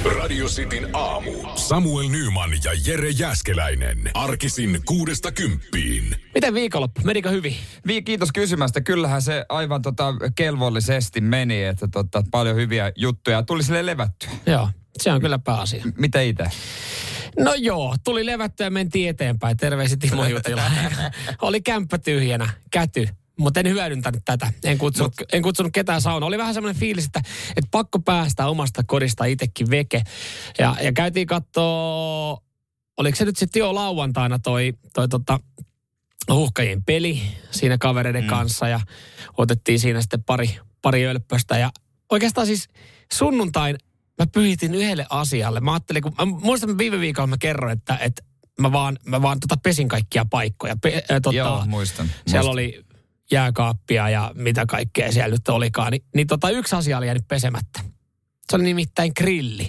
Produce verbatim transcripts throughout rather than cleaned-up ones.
Radio Cityn aamu. Samuel Nyman ja Jere Jääskeläinen. Arkisin kuudesta kymppiin. Miten viikonloppu? Menikö hyvin? Vi, kiitos kysymästä. Kyllähän se aivan tota kelvollisesti meni, että tota, paljon hyviä juttuja. Tuli sille levättyä. Joo, se on kyllä pääasia. M- mitä itse? No joo, tuli levättyä ja mentiin eteenpäin. Terveiset Timo Jutila. Oli kämppä tyhjänä, käty. Mutta en hyödyntänyt tätä. En kutsunut, Mut. en kutsunut ketään saunaan. Oli vähän semmoinen fiilis, että, että pakko päästä omasta kodista itsekin veke. Ja, ja käytiin kattoo, oliko se nyt sitten jo lauantaina toi, toi tota, Huuhkajien peli siinä kavereiden mm. kanssa. Ja otettiin siinä sitten pari, pari ölppöstä. Ja oikeastaan siis sunnuntain mä pyhitin yhdelle asialle. Mä ajattelin, kun mä muistan viime viikolla mä kerroin, että, että mä vaan, mä vaan tota pesin kaikkia paikkoja. Pe, äh, tota, Joo, muistan. Siellä muistan. oli jääkaappia ja mitä kaikkea siellä nyt olikaan. Ni, niin tota yksi asia oli jäänyt pesemättä. Se oli nimittäin grilli.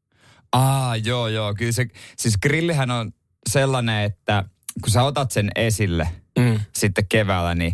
Aa, joo, joo. Kyllä se, siis grillihän on sellainen, että kun sä otat sen esille mm. sitten keväällä, niin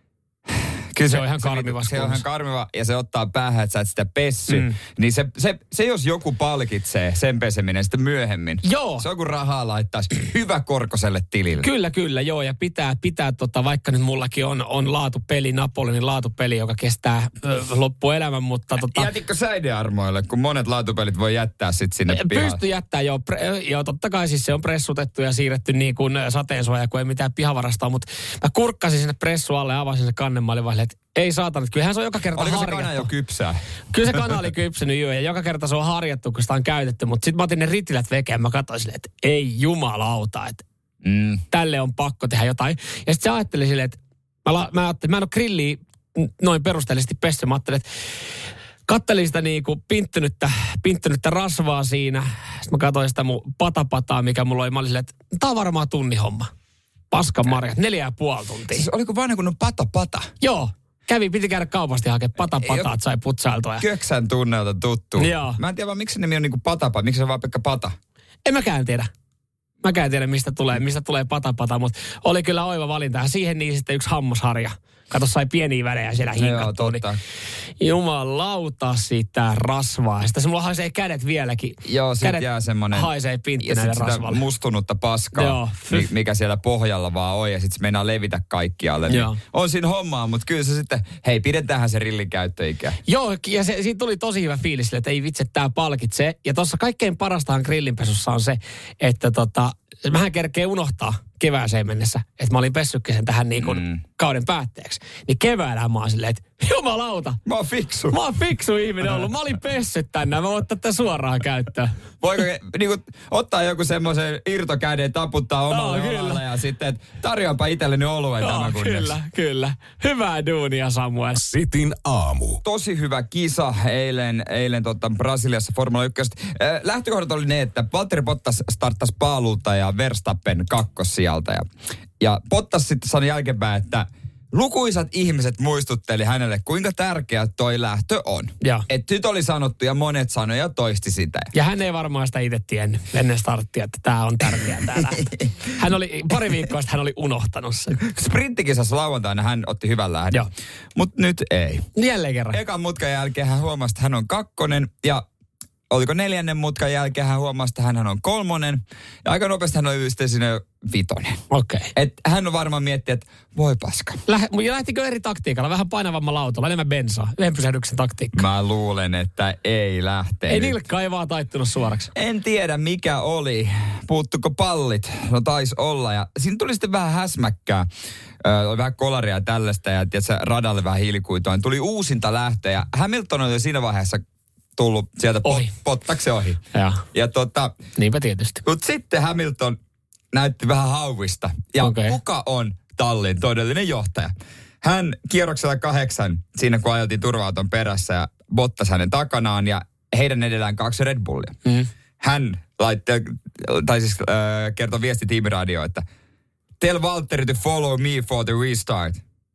kyllä se, se on ihan karmiva. Se, se on ihan karmiva ja se ottaa päähän, että sä et sitä pessy. Mm. Niin se, se, se, jos joku palkitsee sen peseminen sitten myöhemmin. Joo. Se on kun rahaa laittaisi hyvä korkoselle tilille. Kyllä, kyllä, joo. Ja pitää, pitää tota, vaikka nyt mullakin on, on laatupeli, Napolinin laatupeli, joka kestää ö, loppuelämän, mutta tota... Jätitkö säidearmoille, kun monet laatupelit voi jättää sitten sinne pihalle? Pysty jättää, joo. Pre, joo, totta kai siis se on pressutettu ja siirretty niin kuin sateensuoja, kun ei mitään pihavarastaa, mutta mä kurkkasin sinne pressu alle ja avasin se kannen, mä olin vaan, että ei saatana, kyllähän se on joka kerta Oliko harjattu. Oliko se kana jo kypsää? Kyllä se kana oli kypsynyt jo ja joka kerta se on harjattu, kun sitä on käytetty. Mutta sitten mä otin ne ritilät vekeen, mä katsoin silleen, että ei jumalauta, että mm. tälle on pakko tehdä jotain. Ja sitten se ajatteli silleen, että mä, la, mä, ajattelin, mä en ole grilliä noin perusteellisesti pessy. Mä ajattelin, että kattelin sitä niinku pinttynyttä, pinttynyttä rasvaa siinä. Sitten mä katsoin sitä mun patapataa, mikä mulla oli. Mä olin silleen, että tää on varmaan tunnin homma. Paskan marjat, neljä ja puoli tuntia. Siis oliko vaan kun on pata pata? Joo. Kävi, piti käydä kaupasta ja hakea patapata, että sai putsailtua. Köksän tunnelta tuttu. Joo. Mä en tiedä vaan, miksi se nimi on niinku patapa, miksi se on vaan pelkkä pata? En mäkään tiedä. Mäkään tiedä, mistä tulee, mistä tulee patapata, mutta oli kyllä oiva valinta. Siihen niin sitten yksi hammasharja. Kato, sai pieniä välejä siellä hinkattua. Joo, totta. Niin, jumalauta sitä rasvaa. Sitten se mulla haisee kädet vieläkin. Joo, sit kädet jää semmonen... haisee pinttynäille rasvalle. Mustunutta paskaa, joo. mikä siellä pohjalla vaan on. Ja sit se meinaa levitä kaikkialle. Niin on siinä hommaa, mutta kyllä se sitten, hei, pidetäänhän se rillin käyttöikä. Joo, ja se, siitä tuli tosi hyvä fiilis, että ei vitsi, tää palkitsee. Ja tossa kaikkein parastahan grillinpesussa on se, että tota, mähän kerkee unohtaa kevääseen mennessä, että mä olin pessykki sen tähän niin kuin mm. kauden päätteeksi. Niin keväällä mä oon silleen, että jumalauta. Mä oon fiksu. Mä oon fiksu ihminen ollut. Mä olin pessyt tänne. Mä voin ottaa tätä suoraan käyttöön. Voiko niin kuin, ottaa joku semmoisen irtokäden, taputtaa omalle no, olalle ja sitten, että tarjoanpa itselleni oluen no, tämän kunneksi. Kyllä, kyllä. Hyvää duunia, Samuel. Cityn aamu. Tosi hyvä kisa eilen, eilen tota Brasiliassa Formula yksi. Lähtökohdat oli ne, että Valtteri Bottas starttasi paalulta ja Verstappen kakkossijalta. Ja, ja Bottas sitten sanoi jälkeenpäin, että lukuisat ihmiset muistutteli hänelle, kuinka tärkeä toi lähtö on. Että nyt oli sanottu ja monet sanoi ja toisti sitä. Ja hän ei varmaan sitä itse tiennyt ennen starttia, että tämä on tärkeää tää lähtö. Hän oli, pari viikkoa sitten hän oli unohtanut sen. Sprinttikisassa lauantaina hän otti hyvän lähdön, mutta nyt ei. Jälleen kerran. Ekan mutkan jälkeen hän huomasi, että hän on kakkonen ja oliko neljännen mutkan jälkeen hän huomasi, että hän on kolmonen. Ja aika nopeasti hän oli sitten sinne vitonen. Okei. Okay. Että hän on varmaan miettinyt, että voi paska. Läh, lähtikö eri taktiikalla? Vähän painavammalla autolla, enemmän bensaa. Yhden pysähdyksen taktiikka. Mä luulen, että ei lähtenyt. Ei nilkka ei vaan taittunut suoraksi. En tiedä mikä oli. Puuttuko pallit? No taisi olla. Ja siinä tuli sitten vähän häsmäkkää. Ö, oli vähän kolaria ja tällaista ja tiedätkö, radalle vähän hiilikuitoin. Tuli uusinta lähtö ja Hamilton oli jo siinä vaiheessa tullut sieltä pot, pottakse ohi. Ja. ja tota, niinpä tietysti. Mutta sitten Hamilton näytti vähän hauvista. Ja okay. Kuka on tallin todellinen johtaja? Hän kierroksella kahdeksan, siinä kun ajeltiin turva-auton perässä ja Bottas hänen takanaan ja heidän edellään kaksi Red Bullia. Mm. Hän laittoi, tai siis äh, kertoi viesti tiimiradioon, että tell Valtteri to follow me for the restart.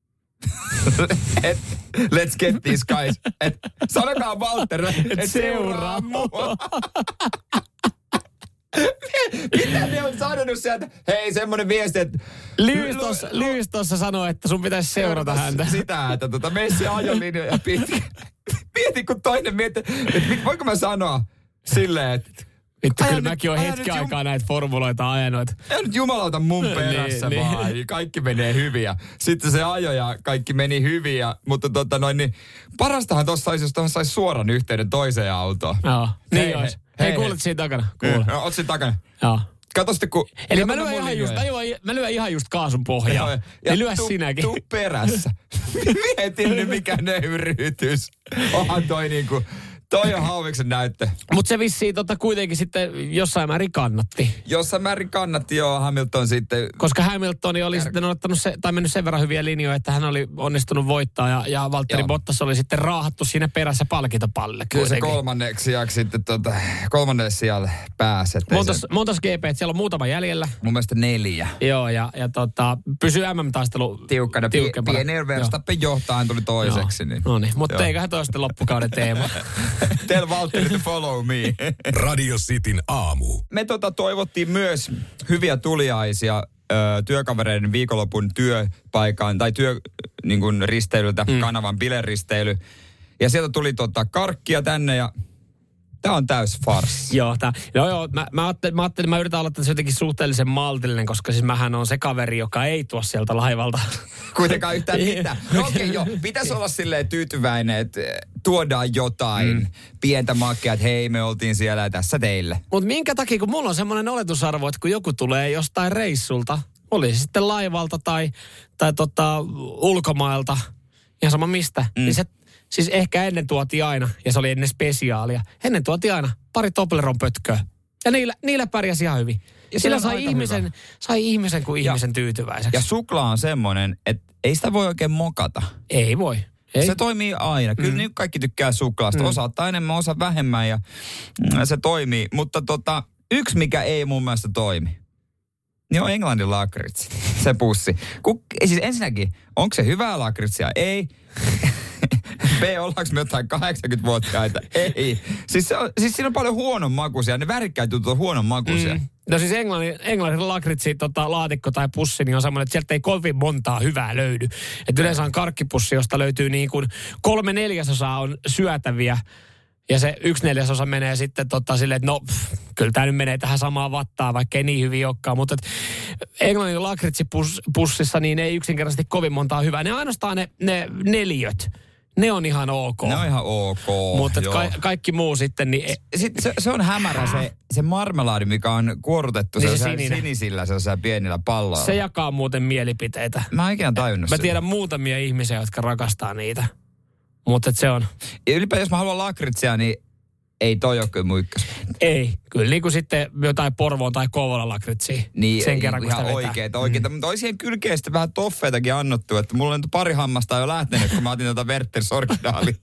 et, let's get these guys. Et, sanokaa Valtteri, että et seuraa mua. Mitä ne on sanonut sieltä? Hei, semmoinen viesti, että... Lewis tuossa sanoi, että sun pitäisi seurata häntä. Sitä, että tota Messi ajolinjoja pitkä. Mieti, kun toinen miettii, että voinko mä sanoa, silleen, että vittu, kyllä mäkin oon hetki jum... aikaa näitä formuloita ajanut. Ei nyt jumalauta mun perässä niin, vaan. Niin. Kaikki menee hyvin ja sitten se ajo ja kaikki meni hyvin. Ja, mutta tota noin, niin parastahan tuossa olisi, jos tuohon saisi suoran yhteyden toiseen autoon. Joo, niin hei, olisi. Hei, hei, kuulet siinä takana? Kuule. Oot siinä takana. Joo. Kato sitten, kun... Eli mä lyön, ihan just, mä lyön ihan just kaasun pohjaa. Ja, ja lyö tu, sinäkin. Tuu perässä. Mietin nyt, mikä nöyryytys. Onhan toi niinku... Toi on hauviksen näyttö. Mutta se vissiin tota kuitenkin sitten jossain määrin kannatti. Jossain määrin kannatti, joo, Hamilton sitten. Koska Hamilton oli Kär... sitten ottanut se, tai mennyt sen verran hyviä linjoja, että hän oli onnistunut voittaa ja, ja Valtteri joo. Bottas oli sitten raahattu siinä perässä palkintopallille. Kyllä se kolmanneksi sijaksi sitten tota, kolmannelle sijalle pääsi. Montas, se... montas G P, siellä on muutama jäljellä. Mun mielestä neljä. Joo, ja, ja tota, pysyy M M-taistelu tiukkana. tiukkana. Pieni Verstappen johtaa, hän tuli toiseksi. Niin. No niin, mutta eiköhän toi sitten loppukauden teema. Tell Valtteri to follow me. Radio Cityn aamu. Me tota toivottiin myös hyviä tuliaisia ö, työkavereiden viikonlopun työpaikaan tai työ niin kuin risteilyltä, mm. kanavan bileristely. Ja sieltä tuli tota karkkia tänne ja tää on täys farssi. Joo, tää, joo, joo mä, mä, ajattelin, mä ajattelin, mä yritän olla tässä jotenkin suhteellisen maltillinen, koska siis mähän on se kaveri, joka ei tuo sieltä laivalta. Kuitenkaan yhtään mitään. No okei, okay, joo. Pitäisi olla silleen tyytyväinen, että tuodaan jotain mm. pientä makea, että hei, me oltiin siellä ja tässä teille. Mutta minkä takia, kun mulla on semmoinen oletusarvo, että kun joku tulee jostain reissulta, oli se sitten laivalta tai, tai tota, ulkomailta, ihan sama mistä, mm. niin se siis ehkä ennen tuotiin aina, ja se oli ennen spesiaalia, ennen tuotiin aina pari Toblerone pötköä. Ja niillä, niillä pärjäsi ihan hyvin. Ja sillä sai ihmisen, sai ihmisen kuin ja, ihmisen tyytyväiseksi. Ja suklaa on semmoinen, että ei sitä voi oikein mokata. Ei voi. Ei. Se toimii aina. Kyllä mm. nyt kaikki tykkää suklaasta. Mm. Osa ottaa enemmän, osa vähemmän ja se toimii. Mutta tota, yksi mikä ei mun mielestä toimi, niin on Englannin lakritsi. Se pussi. Kuk, siis ensinnäkin, onko se hyvää lakritsia? Ei. B, ollaanko me jotain kahdeksankymmentävuotiaita? Ei. Siis, se on, siis siinä on paljon huonon makuisia. Ne värikkäät jutut on huonon makuisia. Mm. No siis Englannin, Englannin lakritsi tota, laatikko tai pussi, niin on semmoinen, että sieltä ei kovin montaa hyvää löydy. Että yleensä on karkkipussi, josta löytyy niin kuin kolme neljäsosaa on syötäviä. Ja se yksi neljäsosa menee sitten tota silleen, että no, pff, kyllä tämä nyt menee tähän samaan vattaan, vaikka ei niin hyvin olekaan. Mutta Englannin lakritsippussissa niin ei yksinkertaisesti kovin montaa hyvää. Ne ainoastaan ne, ne neliöt. Ne on ihan ok. Ne on ihan ok, mutta ka- kaikki muu sitten, niin... Sitten se, se on hämärä se, se marmelaadi, mikä on kuorutettu niin se sinisillä, sellaisella pienillä palloilla. Se jakaa muuten mielipiteitä. Mä en ikinä tajunnut Mä tiedän sitä. Muutamia ihmisiä, jotka rakastaa niitä. Mutta se on... Ja ylipäätään, jos mä haluan lakritsia, niin ei toi ole kyllä mun ykkös. Ei, kyllä niin kuin sitten jotain Porvoon tai Kouvolan lakritsia. Niin, sen kerran, kun ihan oikeeta, oikeeta. Mm. Mutta olisi siihen kylkeen sitten vähän toffeitakin annottu, että mulla on pari hammasta jo lähtenyt, kun mä otin tuota Werther's Originaalia.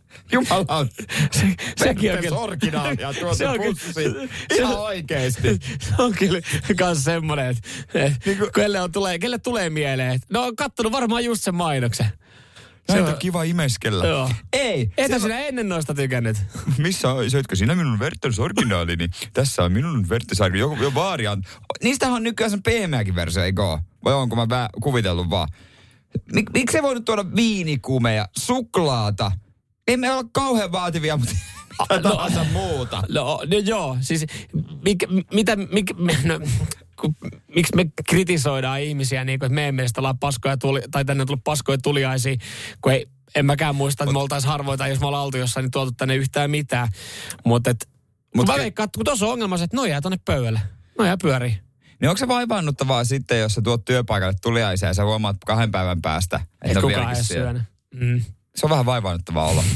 Jumala, se, sekin on kyllä. Originaalia tuolta pussiin. Ihan oikeesti. Se on kyllä kans semmoinen, että niin kun, kelle, on, tulee, kelle tulee mieleen, että no on kattonut varmaan just sen mainoksen. Näitä on kiva imeskellä. Joo. Ei. Etä sinä ennen noista tykännyt? Missä on, söitkö sinä minun Werther's Originaali, niin tässä on minun Werther's Originaali. Jo, jo vaarian. Niistähän on nykyään sen pehmeäkin versio, eikö ole? Vai onko mä vä- kuvitellut vaan? Mik, miksi ei voinut tuoda viinikumeja, suklaata? Ei me olla kauhean vaativia, mutta mitä tahansa no, muuta. No, no joo, siis mik, mitä, mik, no, kun, miksi me kritisoidaan ihmisiä niin kuin, että meidän mielestä ollaan paskoja tuli, tai tänne on tullut paskoja tuliaisia, kun ei, en mäkään muista, että me oltaisiin harvoin, tai jos me ollaan oltu jossain, niin tuotu tänne yhtään mitään. Mutta Mut mä veikkaan, kun tuossa on ongelma se, että nojaa tonne pöydälle. Nojaa pyörii. Niin onko se vaivaannuttavaa sitten, jos sä tuot työpaikalle tuliaisia ja sä huomaat kahden päivän päästä, että et on kukaan edes syönyt. Mm. Se on vähän vaivaannuttavaa olla.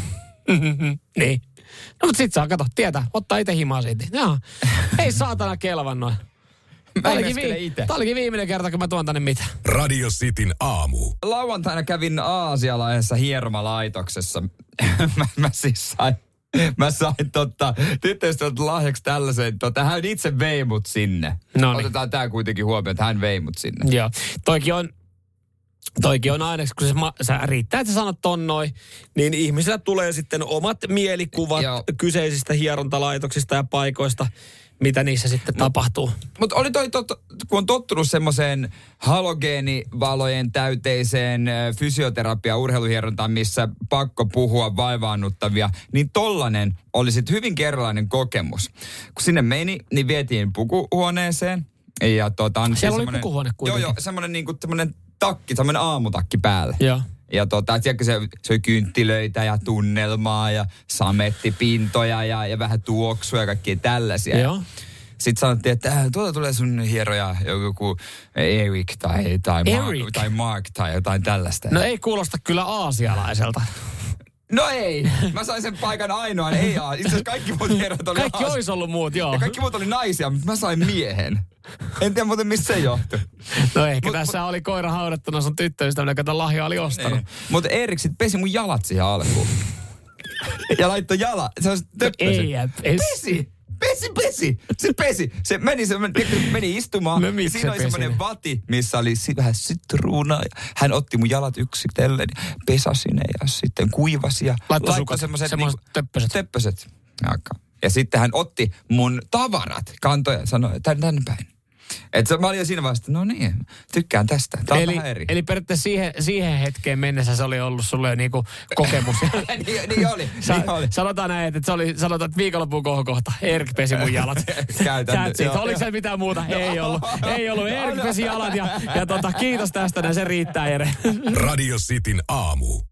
Niin. No mutta sit saa, kato, tietää, ottaa itse himaa siitä. Joo. Ei saatana kelvan noin. Tämä olikin, vi- olikin viimeinen kerta, kun mä tuon tänne mitään. Radio Cityn aamu. Lauantaina kävin aasialaisessa hieromalaitoksessa. mä, mä siis sain, mä sain totta, tyttöystävät lahjaksi tällaisen, tota, hän itse vei mut sinne. Noniin. Otetaan tää kuitenkin huomioon, että hän vei mut sinne. Joo, toikin on, toikin on aina, kun se, sä riittää, että sä sanot ton noin, niin ihmisillä tulee sitten omat mielikuvat Joo. kyseisistä hierontalaitoksista ja paikoista, mitä niissä sitten Mut, tapahtuu. Mutta oli toi, tot, kun on tottunut semmoiseen halogeenivalojen täyteiseen fysioterapia- urheiluhierontaan, missä pakko puhua vaivaannuttavia, niin tollanen oli sitten hyvin kerralainen kokemus. Kun sinne meni, niin vietiin pukuhuoneeseen. Ja tota, siellä oli pukuhuone kuitenkin. Joo, joo, semmoinen niinku, semmoinen takki, semmoinen aamutakki päällä. Joo. Ja tota, tiedätkö, se, se oli kynttilöitä ja tunnelmaa ja samettipintoja ja, ja vähän tuoksuja ja kaikkia tällaisia. Joo. Sitten sanottiin, että äh, tuolta tulee sun hieroja joku Eric tai, tai, Mark, tai Mark tai jotain tällaista. No ei kuulosta kyllä aasialaiselta. No ei. Mä sain sen paikan ainoan ei aa. Itse asiassa kaikki muut hierot oli Kaikki aas. olisi ollut muut, joo. Ja kaikki muut oli naisia, mutta mä sain miehen. En tiedä muuten, mistä se johtui. No ehkä mut, tässä mut, oli koira haudattuna sun tyttöystävänä, joka tämän lahja oli ostanut. Niin. Mutta Erik sit pesi mun jalat siihen alkuun. Ja laittoi jala. Se olisi töppösen. Ei, ei. Pesi! Pesi, pesi! Se pesi. Se meni, se meni, meni istumaan. No, ja siinä oli semmoinen vati, missä oli vähän sitruunaa. Hän otti mun jalat yksitellen, pesasi ne ja sitten kuivasi. Ja laittoi sukat, semmoiset niinku, töppöset. Töppöset. Ja sitten hän otti mun tavarat kantoja ja sanoi, tänne, tänne päin. Että mä olin jo siinä vaiheessa, no niin, tykkään tästä. Tämä on eli, vähän eri. Eli periaatteessa siihen, siihen hetkeen mennessä se oli ollut sulle niinku kokemus. niin, niin oli, Sa, niin oli. Sanotaan näin, että se oli, sanotaan, että viikonloppuun kohokohta. Erik pesi mun jalat. Käytäntö. Oliko se mitään muuta? Ei ollut. Ei ollut. Erik pesi jalat ja, ja tota, kiitos tästä, näin se riittää, Jere. Radio Cityn aamu.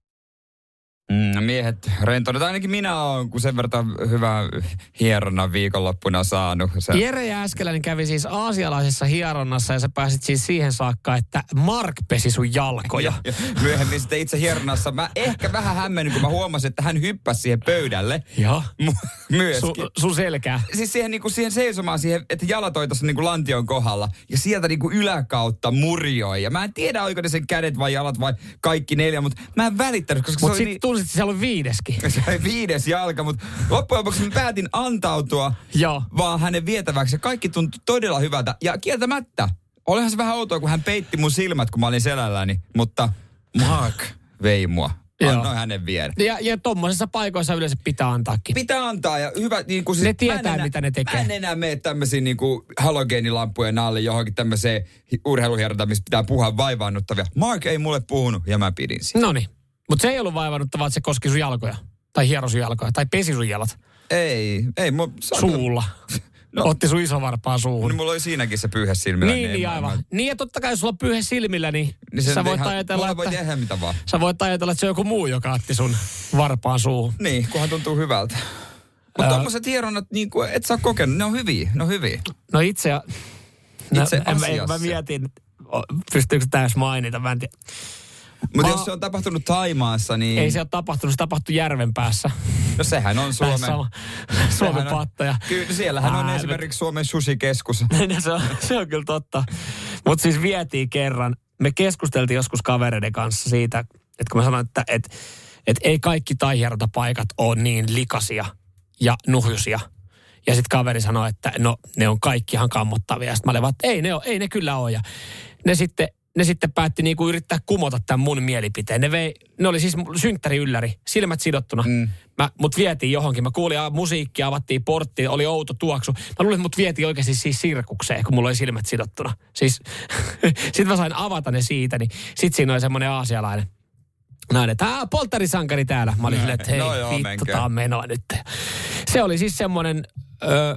Mm, miehet rentoneet. Ainakin minä olen, kun sen verran hyvää hieronnan viikonloppuna saanut. Se... Jere Jääskeläinen kävi siis aasialaisessa hieronnassa ja sä pääsit siis siihen saakka, että Mark pesi sun jalkoja. Ja, ja myöhemmin sitten itse hieronnassa mä ehkä vähän hämmennyin, kun mä huomasin, että hän hyppäsi siihen pöydälle. Joo. Myöskin. Su, sun selkää. Siis siihen, niin kuin siihen seisomaan, siihen, että jalat oli tuossa niin kuin lantion kohdalla. Ja sieltä niin kuin yläkautta murjoi. Ja mä en tiedä, oliko ne sen kädet vai jalat vai kaikki neljä, mutta mä en välittänyt, koska mut se oli niin... Sitten siellä oli viideskin. Se oli viides jalka, mutta loppujen lopuksi mä päätin antautua Joo. vaan hänen vietäväksi. Ja kaikki tuntui todella hyvältä. Ja kieltämättä, olihan se vähän outoa, kun hän peitti mun silmät, kun mä olin selälläni. Mutta Mark vei mua. Annoin hänen viedä. Ja, ja tommosissa paikoissa yleensä pitää antaakin. Pitää antaa ja hyvä. Niin kuin siis, ne tietää, enää, mitä ne tekee. Mä en enää mene tämmöisiin niin kuin halogeenilampujen alle johonkin tämmöiseen urheiluhierontaan, missä pitää puhua vaivaannuttavia. Mark ei mulle puhunut ja mä pidin siitä. Noniin. Mutta se ei ollut vaivannuttavaa, että se koski sun jalkoja. Tai hiero sun jalkoja. Tai pesi sun jalat. Ei, ei. Mua, Suulla. No. Otti sun isovarpaa suuhun. Niin mulla oli siinäkin se pyyhe silmillä. Niin, niin aivan. Mä... Niin ja totta kai jos sulla on pyyhe silmillä, niin, niin sä voit ihan, ajatella, voi tehdä mitä vaan. Sä voit ajatella, että se on joku muu, joka otti sun varpaan suuhun. Niin, kunhan tuntuu hyvältä. Mutta Ää... tommoset hieronnat, niin kuin, et sä ole kokenut, ne on hyviä, ne on hyviä. No itse, itse no, asiassa. Mä, mä mietin, pystyykö täys mainita, mä en tiedä. Mutta Ma... jos se on tapahtunut Thaimaassa, niin... Ei se ole tapahtunut, se tapahtui järven päässä. No sehän on Suomen... Sama, Suomen on, pattaja. Kyllä, siellähän Ää, on esimerkiksi Suomen sushi-keskus. se, on, se on kyllä totta. Mutta siis vietiin kerran. Me keskusteltiin joskus kavereiden kanssa siitä, että kun mä sanoin, että et, et ei kaikki taihierontapaikat ole niin likaisia ja nuhjusia. Ja sitten kaveri sanoi, että no ne on kaikki ihan kammottavia. Sitten mä olin vaan, että ei ne, ole, ei ne kyllä ole. Ja ne sitten... Ne sitten päätti niinku yrittää kumota tämän mun mielipiteen. Ne, vei, ne oli siis synttäriylläri, silmät sidottuna. Mm. Mä, mut vietiin johonkin. Mä kuulin musiikkia, avattiin portti, oli outo tuoksu. Mä luulin, että mut vietiin oikeasti siis sirkukseen, kun mulla oli silmät sidottuna. Siis, sit mä sain avata ne siitä, niin sit siinä oli semmoinen aasialainen nainen, että aah, polttarisankari täällä. Mä olin silleen, että hei, no joo, vittu, tää on menoa nyt. Se oli siis semmoinen... Öö,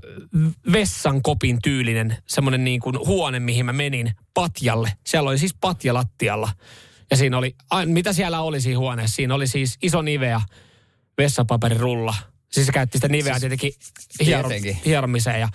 vessan kopin tyylinen semmoinen niin kuin huone, mihin mä menin patjalle. Siellä oli siis patja lattialla. Ja siinä oli, a, mitä siellä oli siinä huoneessa? Siinä oli siis iso niveä, vessapaperirulla. Siis se käytti sitä niveä siis, tietenkin hiero, hieromiseen. Ja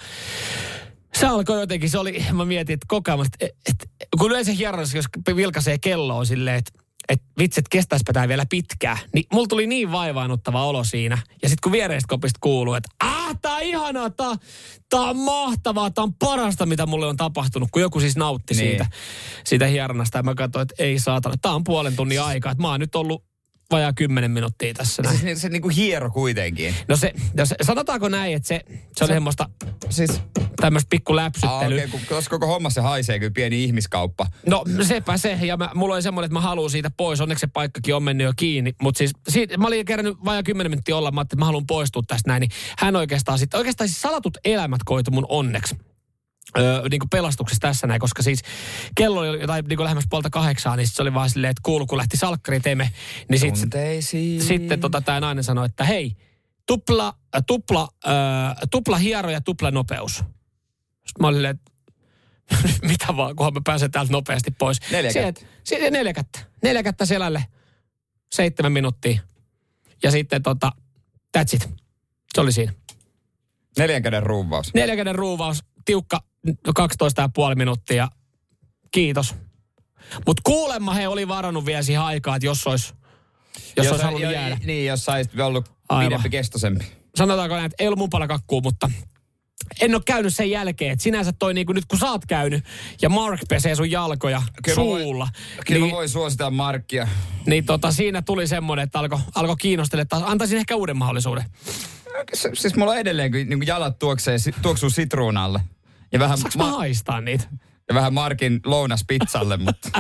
se alkoi jotenkin, se oli, mä mietin, että koko ajan, että, että kun yleensä hieronnassa, jos vilkaisee kelloa silleen, että että vitsi, että kestäisipä tää vielä pitkään. Niin mulla tuli niin vaivaannuttava olo siinä. Ja sitten kun viereistä kopista kuuluu, että ah, tää on ihanaa, tää, tää on mahtavaa, tää on parasta, mitä mulle on tapahtunut. Kun joku siis nautti niin. siitä, siitä hieronnasta. Ja mä katsoin, että ei saatana, tää on puolen tunnin aikaa. Että mä oon nyt ollut vajaa kymmenen minuuttia tässä näin. Se, se niin kuin hiero kuitenkin. No se, se, sanotaanko näin, että se, se oli semmoista... Siis tämmöistä pikku läpsyttelyä. Ah, okei, okay, kun koko homma se haisee kyllä pieni ihmiskauppa. No sepä se, ja mä, mulla oli semmoinen, että mä haluan siitä pois. Onneksi se paikkakin on mennyt jo kiinni. Mutta siis siitä, mä olin kerännyt vajaa kymmenen minuuttia olla, mä ajattelin, että mä haluan poistua tästä näin. Niin hän oikeastaan sitten, oikeastaan siis salatut elämät koitu mun onneksi. Öö, niin kuin pelastuksessa tässä näin, koska siis kello oli jotain niin kuin lähemmäs puolta kahdeksaa, niin se oli vaan silleen, että kuulu, kun lähti salkkari teimme, niin sit, sitten tota, tämä nainen sanoi, että hei, tupla, tupla, äh, tupla hiero ja tupla nopeus. Sitten mä olin silleen, että mitä vaan, kunhan mä pääsen täältä nopeasti pois. Neljä kättä. Sieltä, neljä kättä. Neljä kättä selälle, seitsemän minuuttia. Ja sitten tota, that's it. Se oli siinä. Neljän käden ruuvaus. Neljän käden ruuvaus. Tiukka kaksitoista ja puoli minuuttia. Kiitos. Mutta kuulemma he oli varannut vielä siihen aikaa, että jos olisi, jos jos olisi halunnut jo, jäädä. Niin, jos saisit ollut pidempi kestoisempi. Sanotaanko näin, että ei ollut mun paljon kakkuu, mutta en ole käynyt sen jälkeen. Että sinänsä toi niin kuin nyt kun sä oot käynyt ja Mark pesee sun jalkoja kyllä suulla. Voi, kyllä niin, mä voin suositella Markia. Niin tota, siinä tuli semmoinen, että alkoi alko kiinnostella. Antaisin ehkä uuden mahdollisuuden. Siis mulla on edelleen, kun niin jalat tuoksee, tuoksuu sitruunalle. Ja vähän saanko mä haistaa niitä? Ja vähän Markin lounaspizzalle, mutta...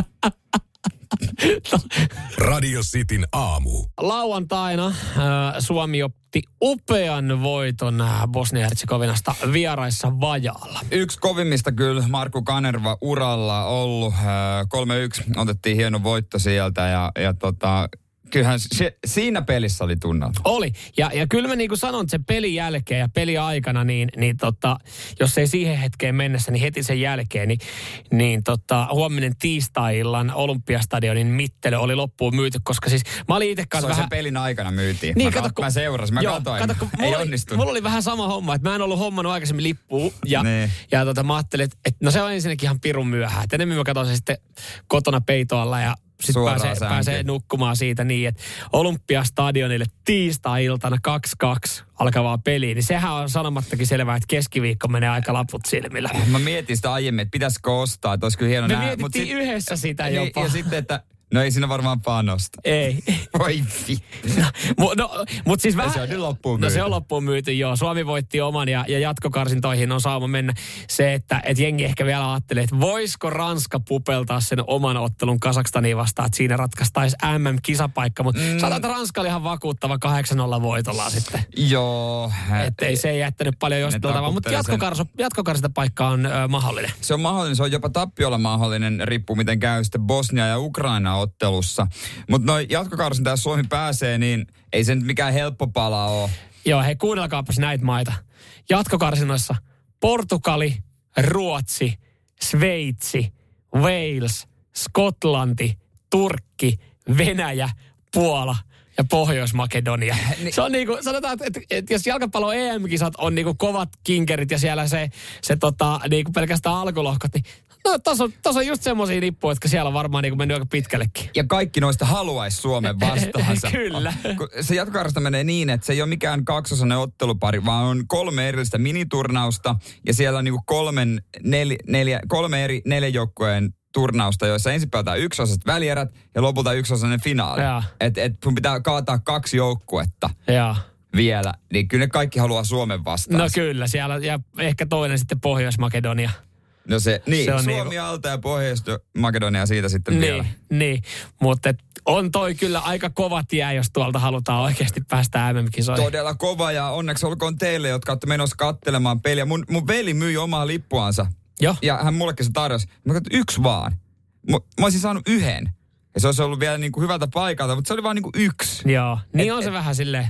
Radio Cityn aamu. Lauantaina äh, Suomi otti upean voiton Bosnia-Herzegovinasta vieraissa Vajaalla. Yksi kovimmista kyllä Markku Kanerva uralla ollut. Äh, kolme yksi otettiin hieno voitto sieltä ja, ja tota... Kyllähän se, siinä pelissä oli tunnelma. Oli. Ja, ja kyllä mä niin kuin sanon, että sen pelin jälkeen ja pelin aikana, niin, niin tota, jos ei siihen hetkeen mennessä, niin heti sen jälkeen, niin, niin tota, huominen tiistai-illan Olympiastadionin mittely oli loppuun myyty, koska siis mä olin itse kanssa vähän... Se pelin aikana myytiin. Niin, mä, kato, kat, kun... mä seurasin, mä joo, katoin. Kato, kun ei onnistunut. Mulla oli vähän sama homma, että mä en ollut hommannut aikaisemmin lippua. Ja, nee. ja tota, mä ajattelin, että, että no se on ensinnäkin ihan pirun myöhään. Että enemmän mä katsoin sitten kotona peitoalla ja sitten pääsee, pääsee nukkumaan siitä niin, että Olympiastadionille tiistai-iltana kaksi kaksi alkavaa peliä, niin sehän on sanomattakin selvää, että keskiviikko menee aika laput silmillä. Mä mietin sitä aiemmin, että pitäisikö ostaa, että olisi kyllä hieno Me nähdä. mietittiin sit, yhdessä sitä niin, jopa. Ja sitten, että no ei siinä varmaan panosta. Ei. Voi vi. No, no mutta siis vähän... Se on nyt loppuun myyty. No se on loppuun myyty, joo. Suomi voitti oman ja, ja jatkokarsintoihin on saama mennä se, että et jengi ehkä vielä ajattelee, että voisiko Ranska pupeltaa sen oman ottelun Kazakstaniin vastaan, että siinä ratkaistaisi M M-kisapaikka. Mutta mm. sanotaan, että Ranska oli ihan vakuuttava kahdeksan nolla voitolla sitten. Joo. Että ei se ei jättänyt paljon josteltavaa, mutta jatkokarsintapaikka on ö, mahdollinen. Se on mahdollinen, se on jopa tappiolla mahdollinen, riippuu miten käy sitten Bosnia ja Ukraina ottelussa. Mutta noin jatkokarsinta, jos Suomi pääsee, niin ei se nyt mikään helppo pala ole. Joo, hei kuunnelkaapas näitä maita. Jatkokarsinoissa Portugali, Ruotsi, Sveitsi, Wales, Skotlanti, Turkki, Venäjä, Puola ja Pohjois-Makedonia. Se on niinku, sanotaan, että, että, että jos jalkapallo E M-kisat on niinku kovat kinkerit ja siellä se, se tota, niinku pelkästään alkulohkot, niin no tos on, tos on just semmosia nippuja, jotka siellä on varmaan niinku mennyt aika pitkällekin. Ja kaikki noista haluaisi Suomen vastaansa. Kyllä. Se jatkokarsinta menee niin, että se ei ole mikään kaksosainen ottelupari, vaan on kolme erillistä miniturnausta ja siellä on niinku kolmen, nel, neljä, kolme eri neljäjoukkueen turnausta, joissa ensin pelataan yksiosaiset välierät ja lopulta yksiosainen finaali. Että et sun pitää kaataa kaksi joukkuetta ja. vielä, niin kyllä ne kaikki haluaa Suomen vastaan. No kyllä, siellä ja ehkä toinen sitten Pohjois-Makedonia. No se, niin, se on Suomi niinku alta ja Pohjois-Makedonia siitä sitten niin, vielä. Niin, mutta on toi kyllä aika kova tie, jos tuolta halutaan oikeasti päästä M M-kisoihin. Todella kova ja onneksi olkoon teille, jotka olette menossa katselemaan peliä. Mun, mun veli myi omaa lippuansa. Jo. Ja hän mullekin se tarjosi. Mä katsoin, yksi vaan. Mä, mä olisin saanut yhden. Ja se olisi ollut vielä niin kuin hyvältä paikalta, mutta se oli vaan niin kuin yksi. Joo, niin et, on se et, vähän silleen.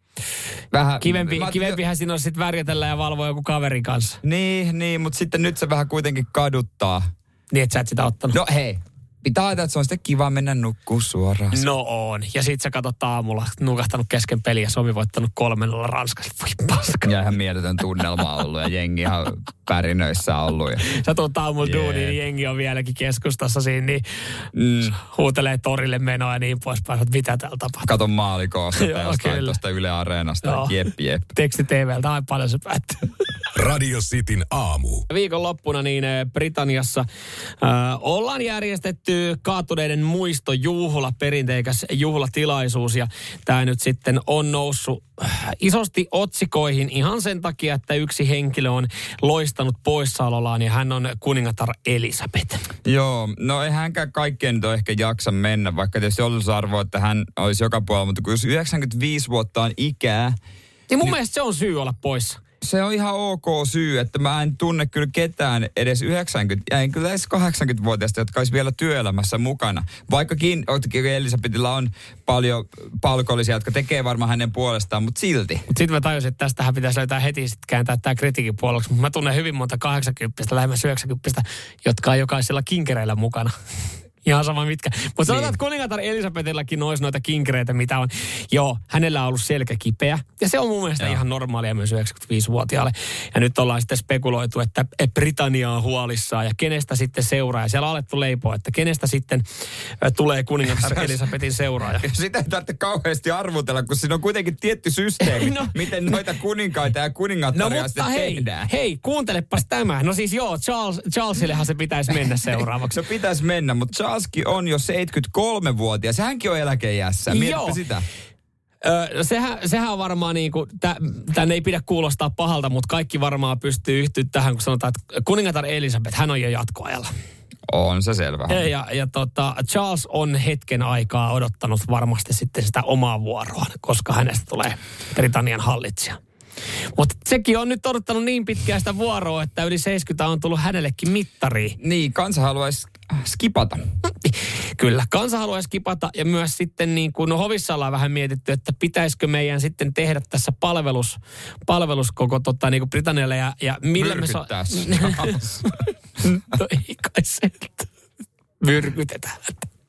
Vähän, Kivempi, mä, kivempihän siinä on sitten värjätellä ja valvoa joku kaverin kanssa. Niin, niin, mutta sitten nyt se vähän kuitenkin kaduttaa. Niin, että sä et sitä ottanut. No hei, pitää ajatella, että se on sitten kiva mennä nukkuu suoraan. No on. Ja sit sä katsot aamulla, nukahtanut kesken peliä ja Suomi voittanut kolmen nolla Ranskassa. Voi paska. Ja ihan mieletön tunnelma ollut ja jengi ihan pärinöissä ollut. Ja sä tuut aamulla yeah. duuniin, niin jengi on vieläkin keskustassa siinä, niin mm. huutelee torille menoa ja niin poispäin. Mitä täällä tapahtuu? Katon maalikoosta jostain tuosta Yle Areenasta. Jep, jep. Teksti T V:ltä, ai paljon se päättyy. Radio Cityn aamu. Viikonloppuna niin Britanniassa äh, ollaan järjestetty kaatuneiden muistojuhla, perinteikäs juhlatilaisuus. Ja tämä nyt sitten on noussut äh, isosti otsikoihin ihan sen takia, että yksi henkilö on loistanut poissaolollaan ja hän on kuningatar Elisabeth. Joo, no ei hänkään kaikkien nyt ehkä jaksa mennä, vaikka tietysti odotusarvo, että hän olisi joka puolella, mutta kun jos yhdeksänkymmentäviisi vuotta on ikää. Ja mun niin mielestä se on syy olla poissa. Se on ihan ok syy, että mä en tunne kyllä ketään edes yhdeksänkymmentä, ja en kyllä edes kahdeksankymmentävuotiaista, jotka olisi vielä työelämässä mukana. Vaikkakin Elisabethilla on paljon palkollisia, jotka tekee varmaan hänen puolestaan, mutta silti. Mutta sitten mä tajusin, että tästähän pitäisi löytää heti sitten kääntää tämä kritiikin puoloksi. Mutta mä tunnen hyvin monta kahdeksankymmentä, lähemmäs yhdeksänkymmentä, jotka on jokaisella kinkereillä mukana. Ihan sama mitkä. Mutta sanotaan, niin. Että kuningatar Elisabethellakin olisi noita kinkereitä, mitä on. Joo, hänellä on ollut selkä kipeä. Ja se on mun mielestä Joo. ihan normaalia myös yhdeksänkymmentäviisivuotiaalle. Ja nyt ollaan sitten spekuloitu, että Britannia on huolissaan ja kenestä sitten seuraa. Ja siellä on alettu leipoa, että kenestä sitten tulee kuningatar Elisabetin seuraaja. Sitä ei tarvitse kauheasti arvutella, kun siinä on kuitenkin tietty systeemi, no, miten noita kuninkaita ja kuningattaria no, sitten hei, tehdään. Hei, kuuntelepas tämä. No siis joo, Charles, Charlesillehan se pitäisi mennä seuraavaksi. Se pitäisi mennä, mutta Charleskin on jo seitsemänkymmentäkolmevuotias. Hänkin on eläkeiässä. Mietipä sitä. Öö, sehän, sehän on varmaan niin kuin, tänne ei pidä kuulostaa pahalta, mutta kaikki varmaan pystyy yhtyä tähän, kun sanotaan, että kuningatar Elisabeth, hän on jo jatkoajalla. On se selvä. Ja, ja, ja tota, Charles on hetken aikaa odottanut varmasti sitten sitä omaa vuoroaan, koska hänestä tulee Britannian hallitsija. Mutta sekin on nyt odottanut niin pitkään sitä vuoroa, että yli seitsemänkymmentä on tullut hänellekin mittariin. Niin, kansa haluaisi skipata. Kyllä, kansa haluaisi skipata ja myös sitten niin kuin no hovissa ollaan vähän mietitty, että pitäisikö meidän sitten tehdä tässä palvelus, palvelus koko tota, niin kuin Britannialle ja, ja millä Myrkyttää me so... No ei kai se myrkytetään.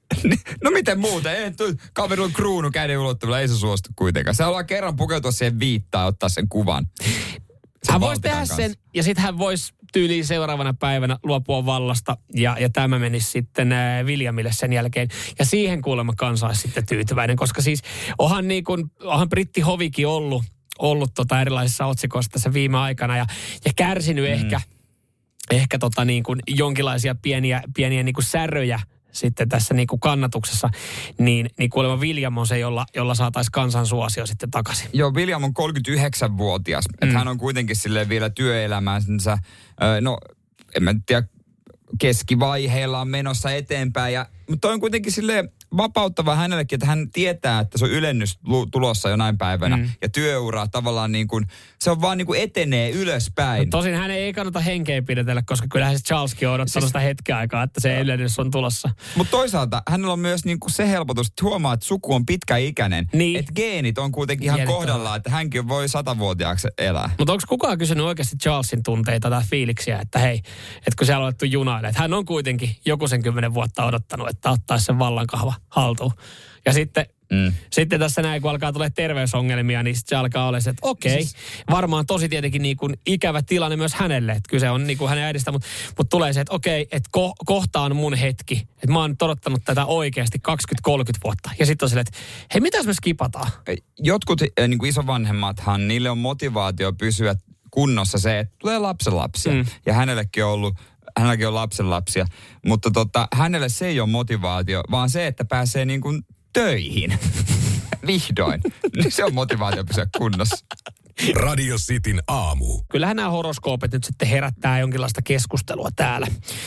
No miten muuten? Ei, kaveri on kruunu käden ulottuvilla, ei se suostu kuitenkaan. Se haluaa kerran pukeutua siihen viittaan ja ottaa sen kuvan. Sen hän voisi tehdä kanssa sen ja sitten hän voisi tyyliin seuraavana päivänä luopua vallasta ja, ja tämä menisi sitten äh, Williamille sen jälkeen. Ja siihen kuulemma kansa olisi sitten tyytyväinen, koska siis onhan, niin kuin, onhan brittihovikin ollut, ollut tota erilaisissa otsikoissa tässä viime aikana ja, ja kärsinyt mm. ehkä, ehkä tota niin kuin jonkinlaisia pieniä, pieniä niin kuin säröjä sitten tässä niin kuin kannatuksessa, niin, niin kuulemma William on se, jolla, jolla saataisiin kansan suosio sitten takaisin. Joo, William on kolmekymmentäyhdeksänvuotias. Mm. Että hän on kuitenkin silleen vielä työelämänsä, no en mä tiedä, keskivaiheella on menossa eteenpäin. Ja, mutta on kuitenkin silleen vapauttava hänellekin, että hän tietää, että se on ylennys tulossa jonain päivänä. Mm. Ja työuraa tavallaan niin kuin, se on vaan niin kuin etenee ylöspäin. No tosin hän ei kannata henkeä pidetellä, koska kyllähän se Charleskin on odottanut siis sitä hetken aikaa, että se ylennys on tulossa. Mutta toisaalta hänellä on myös niin kuin se helpotus, että huomaa, että suku on pitkäikäinen. Niin. Että geenit on kuitenkin ihan Geenit kohdallaan, on. Että hänkin voi satavuotiaaksi elää. Mutta onko kukaan kysynyt oikeasti Charlesin tunteita tai fiiliksiä, että hei, että kun siellä on otettu junaille, että hän on kuitenkin joku sen kymmenen vuotta odottanut, että ottaisi sen vallankahva haltuun. Ja sitten, mm. sitten tässä näin, kun alkaa tulee terveysongelmia, niin sitten se alkaa olla se, että okei, siis varmaan tosi tietenkin niin kuin ikävä tilanne myös hänelle, että kyse on niin kuin hänen äidistä, mutta, mutta tulee se, että okei, että ko, kohta on mun hetki, että mä oon odottanut tätä oikeasti kaksikymmentä kolmekymmentä vuotta. Ja sitten on silleen, että hei, mitäs me skipataan? Jotkut niin kuin isovanhemmathan, niille on motivaatio pysyä kunnossa se, että tulee lapsenlapsia. Mm. Ja hänellekin on ollut hänelläkin on lapsenlapsia, mutta tota, hänelle se ei ole motivaatio, vaan se, että pääsee niin kuin töihin. Vihdoin. Se on motivaatio pysyä kunnossa. Radio Cityn aamu. Kyllähän nämä horoskoopit nyt sitten herättää jonkinlaista keskustelua täällä.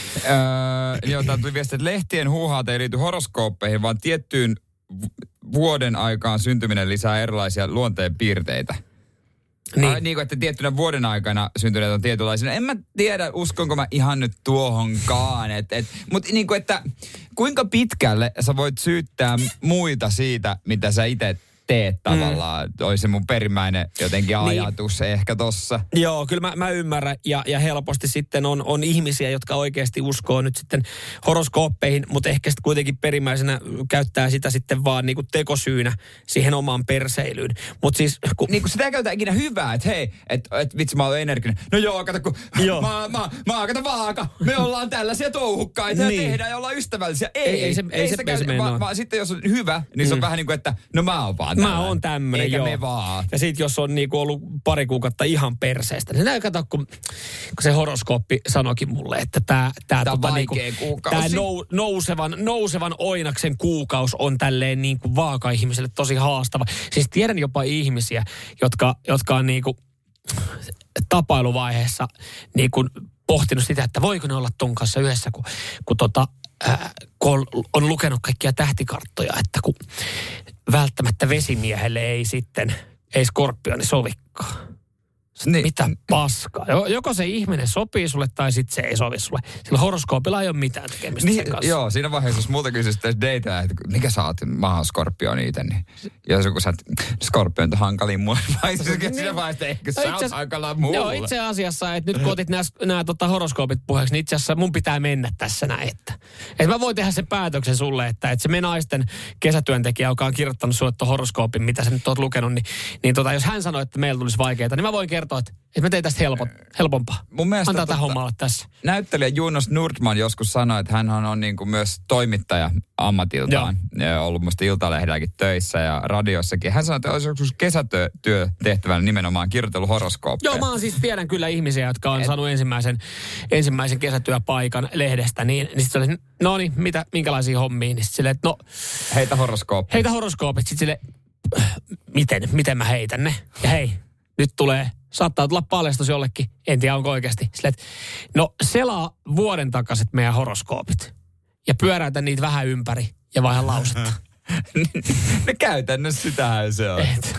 Öö, joo, tää tuli viesti, että lehtien huuhaat ei liity horoskooppeihin, vaan tiettyyn vuoden aikaan syntyminen lisää erilaisia luonteen piirteitä. Niin. Ai, niin kuin, että tiettynä vuoden aikana syntyneet on tietynlaisia. En mä tiedä, uskonko mä ihan nyt tuohonkaan. Et, et, mutta niin kuin, että kuinka pitkälle sä voit syyttää muita siitä, mitä sä itse teet tavallaan. Mm. Olisi mun perimmäinen jotenkin ajatus niin ehkä tossa. Joo, kyllä mä, mä ymmärrän. Ja, ja helposti sitten on, on ihmisiä, jotka oikeasti uskoo nyt sitten horoskooppeihin, mutta ehkä sitten kuitenkin perimmäisenä käyttää sitä sitten vaan niinku tekosyynä siihen omaan perseilyyn. Mutta siis... Kun... Niin kuin sitä ei käytä ikinä hyvää, että hei, että et, vitsi mä olen energinen. No joo, kato kun joo. Mä, mä, mä oon kato vaaka. Me ollaan tällaisia touhukkaita niin. Ja tehdään ja ollaan ystävällisiä. Ei, ei, ei se, ei se, ei se käytä, vaan, vaan sitten jos on hyvä, niin se on mm. vähän niin kuin, että no mä oon vaan Mä oon tämmönen, Eikä joo. me vaan. Ja sit jos on niinku ollut pari kuukautta ihan perseestä, niin näin kato, kun, kun se horoskooppi sanoikin mulle, että tää, tää, tää, tota, niinku, tää nou, nousevan, nousevan oinaksen kuukaus on tälleen niinku vaaka-ihmiselle tosi haastava. Siis tiedän jopa ihmisiä, jotka, jotka on niinku tapailuvaiheessa niinku pohtinut sitä, että voiko ne olla ton kanssa yhdessä, kun, kun, tota, ää, kun on lukenut kaikkia tähtikarttoja, että kun välttämättä vesimiehelle ei sitten, ei skorpioni sovikaan. Niin. Mitä paskaa. Joko se ihminen sopii sulle tai sitten se ei sovi sulle. Sillä horoskoopilla ei ole mitään tekemistä niin, sen kanssa. Joo, siinä vaiheessa, jos multa kysyisi tässä datea, että mikä sä oot, mä oon skorpioni itse, niin jos joku sä oot, skorpion on hankalin mulle, vai niin. Siinä vaiheessa ehkä no sä oot hankala mulle. Joo, itse asiassa, että nyt kun otit nämä tota, horoskoopit puheeksi, niin itse asiassa mun pitää mennä tässä näin, että, että mä voin tehdä sen päätöksen sulle, että, että se me naisten kesätyöntekijä, joka on kirjoittanut sulle tuon horoskoopin, mitä sä nyt oot lukenut, niin, niin tota, jos hän sanoo, että meillä tulisi vaikeaa, niin mä voin kertoa, että, että mä tein tästä helpon, helpompaa. Mun mielestä antaa tota, tähän hommalle tässä. Näyttelijä Jonas Nordman joskus sanoi, että hän on niin kuin myös toimittaja ammatiltaan. Ja ollut musta Iltalehdälläkin töissä ja radiossakin. Hän sanoi, että olisi joskus kesätyö tehtävänä nimenomaan kirjoitellut horoskooppeja. Joo, mä oon siis tiedän kyllä ihmisiä, jotka on Et... saanut ensimmäisen, ensimmäisen kesätyöpaikan lehdestä. Niin, niin sitten se oli, no niin, mitä, minkälaisia hommia? Niin sitten silleen, että no... Heitä horoskoopit. Heitä horoskoopit. Sitten silleen, miten, miten mä heitän ne? Ja hei, nyt tulee... Saattaa tulla paljastus jollekin, en tiedä onko oikeasti. Sille, että no selaa vuoden takaiset meidän horoskoopit ja pyöräytä niitä vähän ympäri ja vaihan lausetta. No käytännössä sitähän se on. Et,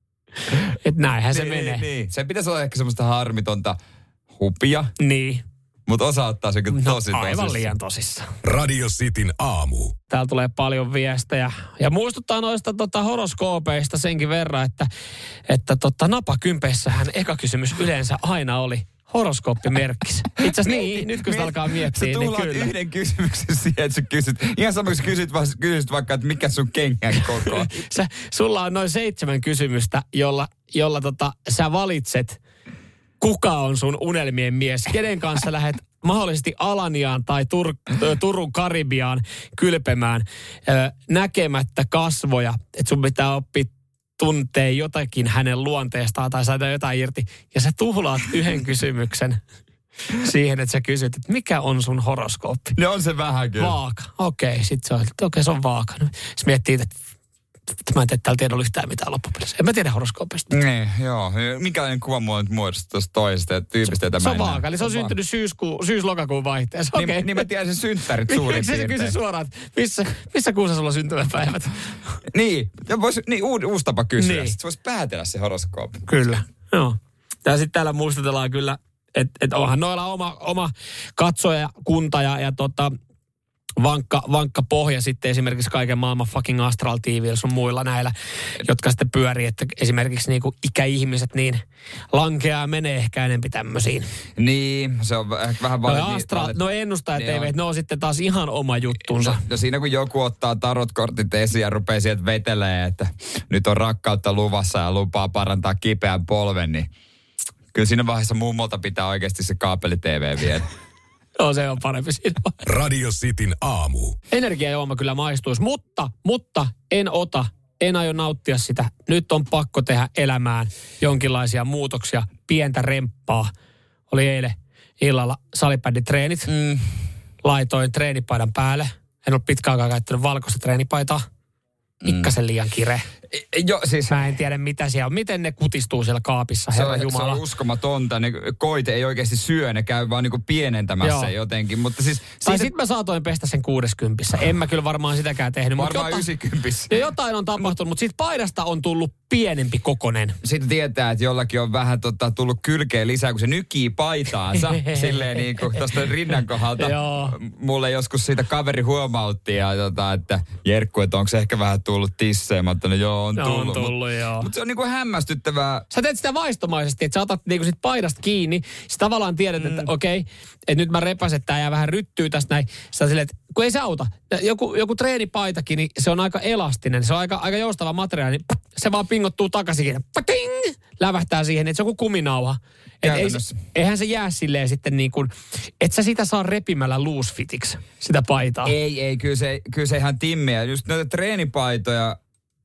et näinhän se niin, menee. Niin. Se pitäisi olla ehkä semmoista harmitonta hupia. Niin. Mutta osa ottaa se kyllä tosi no, aivan tosissaan. liian tosissaan. Radio Cityn aamu. Täällä tulee paljon viestejä. Ja muistuttaa noista tota, horoskoopeista senkin verran, että, että tota, napakympeissähän eka kysymys yleensä aina oli horoskooppimerkkis. Itse asiassa niin, nyt kun sitä alkaa miettiä, sä niin kyllä. yhden kysymyksen siihen, että sä kysyt. Ihan sama, kun sä kysyt, kysyt vaikka, että mikä sun kengän koko. sä, sulla on noin seitsemän kysymystä, jolla, jolla tota, sä valitset, kuka on sun unelmien mies, kenen kanssa lähdet mahdollisesti Alaniaan tai Tur- Turun Karibiaan kylpemään ö, näkemättä kasvoja, että sun pitää oppia tuntee jotakin hänen luonteestaan tai saada jotain irti. Ja sä tuhlaat yhden kysymyksen siihen, että sä kysyt, että mikä on sun horoskooppi? No on se vähän kyllä. Vaaka. Okei, okay, sit se on, okei okay, se on vaaka. No, sitten miettii, että mä en tee täällä tiedolla yhtään mitään loppupelissä. En mä tiedä horoskoopista. Niin, joo. Minkälainen kuva mulla nyt muodostuu tuosta toisesta tyypistä, jota se mä en on vaaka, eli se on syntynyt syyskuu, syys-lokakuun vaihteessa. Niin, okay. niin mä tiedän sen synttärit suurin piirtein. Miksi se kysy suoraan, että missä, missä kuussa sulla on syntymäpäivät? niin, vois, niin uusi, uusi tapa kysyä. Niin. Sitten voisi päätellä se horoskoopi. Kyllä, joo. Ja sitten täällä muistutellaan kyllä, että et onhan noilla oma, oma katsoja, kunta ja, ja tota, vankka, vankka pohja sitten esimerkiksi kaiken maailman fucking Astral T V:llä sun muilla näillä, jotka sitten pyörii, että esimerkiksi niinku ikäihmiset niin lankeaa menee ehkä enempi tämmöisiin. Niin, se on ehkä vähän valit. No, Astral, valit, no ennustajat T V, ne on sitten taas ihan oma juttunsa. No, no siinä kun joku ottaa tarotkortit esiin ja rupeaa sieltä vetelee, että nyt on rakkautta luvassa ja lupaa parantaa kipeän polven, niin kyllä siinä vaiheessa mummolta pitää oikeasti se kaapeli-T V viedä. No se on parempi siinä vaiheessa. Radio Cityn aamu. Energiajuoma kyllä maistuisi, mutta, mutta en ota, en aio nauttia sitä. Nyt on pakko tehdä elämään jonkinlaisia muutoksia, pientä remppaa. Oli eilen illalla salibänditreenit. Mm. Laitoin treenipaidan päälle. En ole pitkään aikaa käyttänyt valkoista treenipaitaa. Pikkasen liian kireä. Jo, siis, Mä en tiedä mitä siellä on. Miten ne kutistuu siellä kaapissa, herra se, Jumala. Se on uskomatonta. Ne koite ei oikeasti syö, ne käy vaan niinku pienentämässä Joo. jotenkin. Mutta siis, tai siitä... sit mä saatoin pestä sen kuudeskympissä. En mä kyllä varmaan sitäkään tehnyt. Varmaan yhdeksänkymmentä. Ja jotain on tapahtunut, mutta siitä paidasta on tullut pienempi kokonen. Sitten tietää, että jollakin on vähän tota, tullut kylkeä lisää, kun se nykii paitaansa. silleen niin kuin tuosta rinnan kohdalta. Mulle joskus siitä kaveri huomautti, ja, tota, että Jerkku, että onko se ehkä vähän tullut tissejä. Mä oon joo, on tullut. On tullut, mut, joo. Mutta se on niinku hämmästyttävää. Sä teet sitä vaistomaisesti, että sä otat niinku sit paidasta kiinni. Sä tavallaan tiedät, mm. että okei, okay, että nyt mä repäsen, että tää jää vähän ryttyy tästä näin. Sä silleen, että kun ei se auta. Joku, joku treenipaitakin, niin se on aika elastinen. Se on aika, aika joustava materiaali. Niin se vaan pingottuu takaisin. Pating! Lävähtää siihen, että se on kuin kuminauha. Et ei, eihän se jää silleen sitten niin kuin, et sä sitä saa repimällä loose fitiksi, sitä paitaa. Ei, ei, kyllä se, kyllä se ihan timmiä. Just noita treenipaitoja,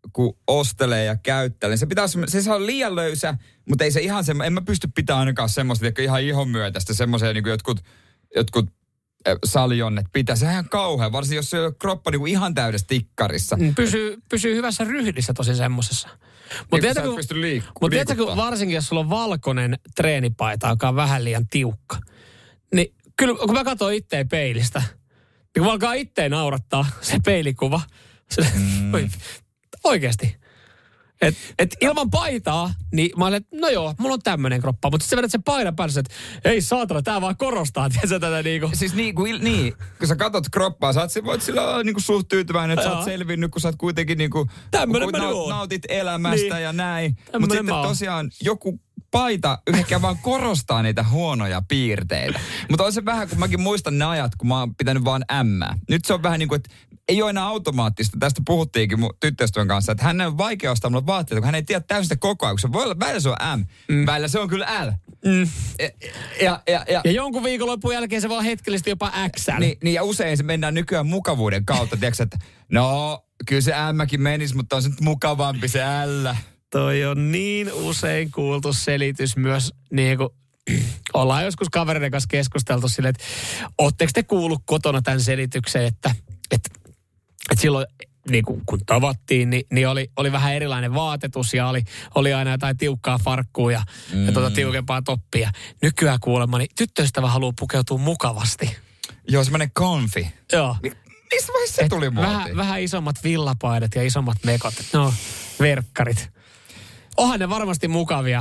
kun ostelee ja käyttelee, se pitää se saa liian löysä, mutta ei se ihan semmo, en mä pysty pitämään ainakaan semmoista, että ihan ihon myötästä semmoisia niin kuin jotkut, jotkut saljonnet pitää. Sehän on ihan kauhean, varsinkin jos se on kroppa niin kuin ihan täydessä tikkarissa. Pysyy, pysyy hyvässä ryhdissä tosi semmosessa. Mutta niin, kun, mut tiedätkö, kun varsinkin jos sulla on valkoinen treenipaita, joka on vähän liian tiukka, niin kyllä kun mä katson itteen peilistä, niin kun alkaa itteen naurattaa se peilikuva, se, mm. oikeasti. Et, et ilman paitaa, niin mä olen, no joo, mulla on tämmöinen kroppa. Mutta sitten sä vedät sen paidan päälle, että ei saatana, tää vaan korostaa, tiedätkö tätä niinku. Siis niin, kun, niin, kun sä katot kroppaa, sä oot, voit sillä olla niinku suht tyytyväinen, että sä oot selvinnyt, kun sä oot kuitenkin niinku, tämmönen kun naut, nautit elämästä niin. Ja näin. Mutta sitten tosiaan joku paita ehkä vaan korostaa niitä huonoja piirteitä. Mutta on se vähän, kun mäkin muistan ne ajat, kun mä oon pitänyt vaan ämmää. Nyt se on vähän niin kuin, että ei ole enää automaattista. Tästä puhuttiinkin mun tyttöystävän kanssa, että hän on vaikea ostaa mulle vaatteita, kun hän ei tiedä täysin sitä koko ajan. Se voi olla, välillä se on M, mm. välillä se on kyllä L. Mm. Ja, ja, ja, ja, ja jonkun viikonlopun jälkeen se voi hetkellisesti jopa X L. Niin, niin ja usein se mennään nykyään mukavuuden kautta. Tiedätkö, että no, kyllä se M:kin menisi, mutta on se nyt mukavampi se L. Toi on niin usein kuultu selitys myös, niin kuin ollaan joskus kavereiden kanssa keskusteltu silleen, että ootteko te kuullut kotona tämän selityksen, että, että, että silloin niin kuin, kun tavattiin, niin, niin oli, oli vähän erilainen vaatetus ja oli, oli aina jotain tiukkaa farkkua ja, mm. ja tuota tiukempaa toppia. Nykyään kuulemma, niin tyttöystävä haluaa pukeutua mukavasti. Joo, semmoinen comfy. Joo. Missä vaiheessa se tuli muotiin? Vähän, vähän isommat villapaidat ja isommat mekot. No, verkkarit. Onhan ne varmasti mukavia.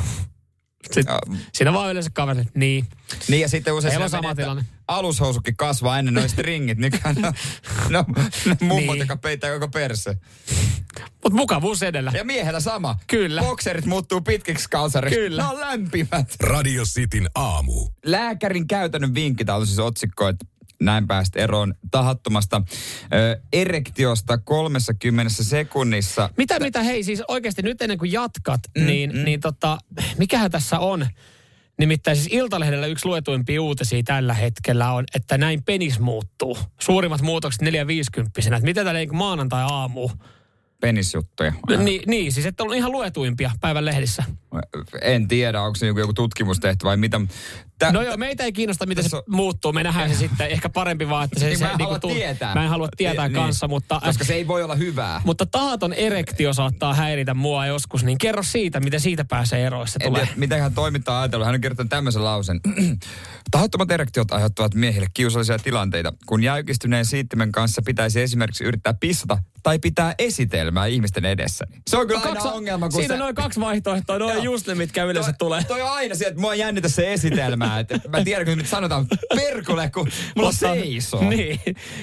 Sitten, ja, siinä vaan yleensä kaverit, niin. Niin ja sitten usein on sama tilanne. Alushousukki kasvaa ennen noin stringit, nykyään no, no, ne mummot, niin. Joka peittää koko perse. Mut mukavuus edellä. Ja miehellä sama. Kyllä. Bokserit muuttuu pitkiksi kalsariksi. Kyllä. Ne on lämpimät. Radio Cityn aamu. Lääkärin käytännön vinkki, tää on siis otsikko, että näin päästä eroon tahattomasta ö, erektiosta kolmekymmentä sekunnissa. Mitä, mitä, hei siis oikeasti nyt ennen kuin jatkat, mm, niin, mm. niin tota, mikähän tässä on? Nimittäin siis Iltalehdellä yksi luetuimpia uutisia tällä hetkellä on, että näin penis muuttuu. Suurimmat muutokset neljä viisikymppisenä. Että mitä tällä maanantai-aamu? Penisjuttuja. Ni, niin, siis että on ihan luetuimpia päivän lehdissä. En tiedä, onko se joku, joku tutkimus tehty vai mitä. Tä, no joo, meitä ei kiinnosta, miten se muuttuu. Me nähdään se sitten ehkä parempi vaan, että se... Niin se mä en niin halua tuu, tietää. Mä en halua tietää niin, kanssa, mutta... Koska se ei voi olla hyvää. Mutta tahaton erektio saattaa häiritä mua joskus, niin kerro siitä, miten siitä pääsee eroon, se tulee. Tiedä, miten hän toimittaa ajatellut. Hän on kertonut tämmöisen lausen. Tahattomat erektiot aiheuttavat miehille kiusallisia tilanteita. Kun jäykistyneen siittimen kanssa pitäisi esimerkiksi yrittää pissata tai pitää esitelmää ihmisten edessä. Se on kyllä aina ongelma, kun siinä se... noin kaksi vaihtoehtoa, noin just ne, mitkä yleensä toi, tulee. Toi on aina sieltä, että mua jännitä se esitelmää. Että mä tiedän, kun nyt sanotaan perkule, kun mulla seisoo. Niin.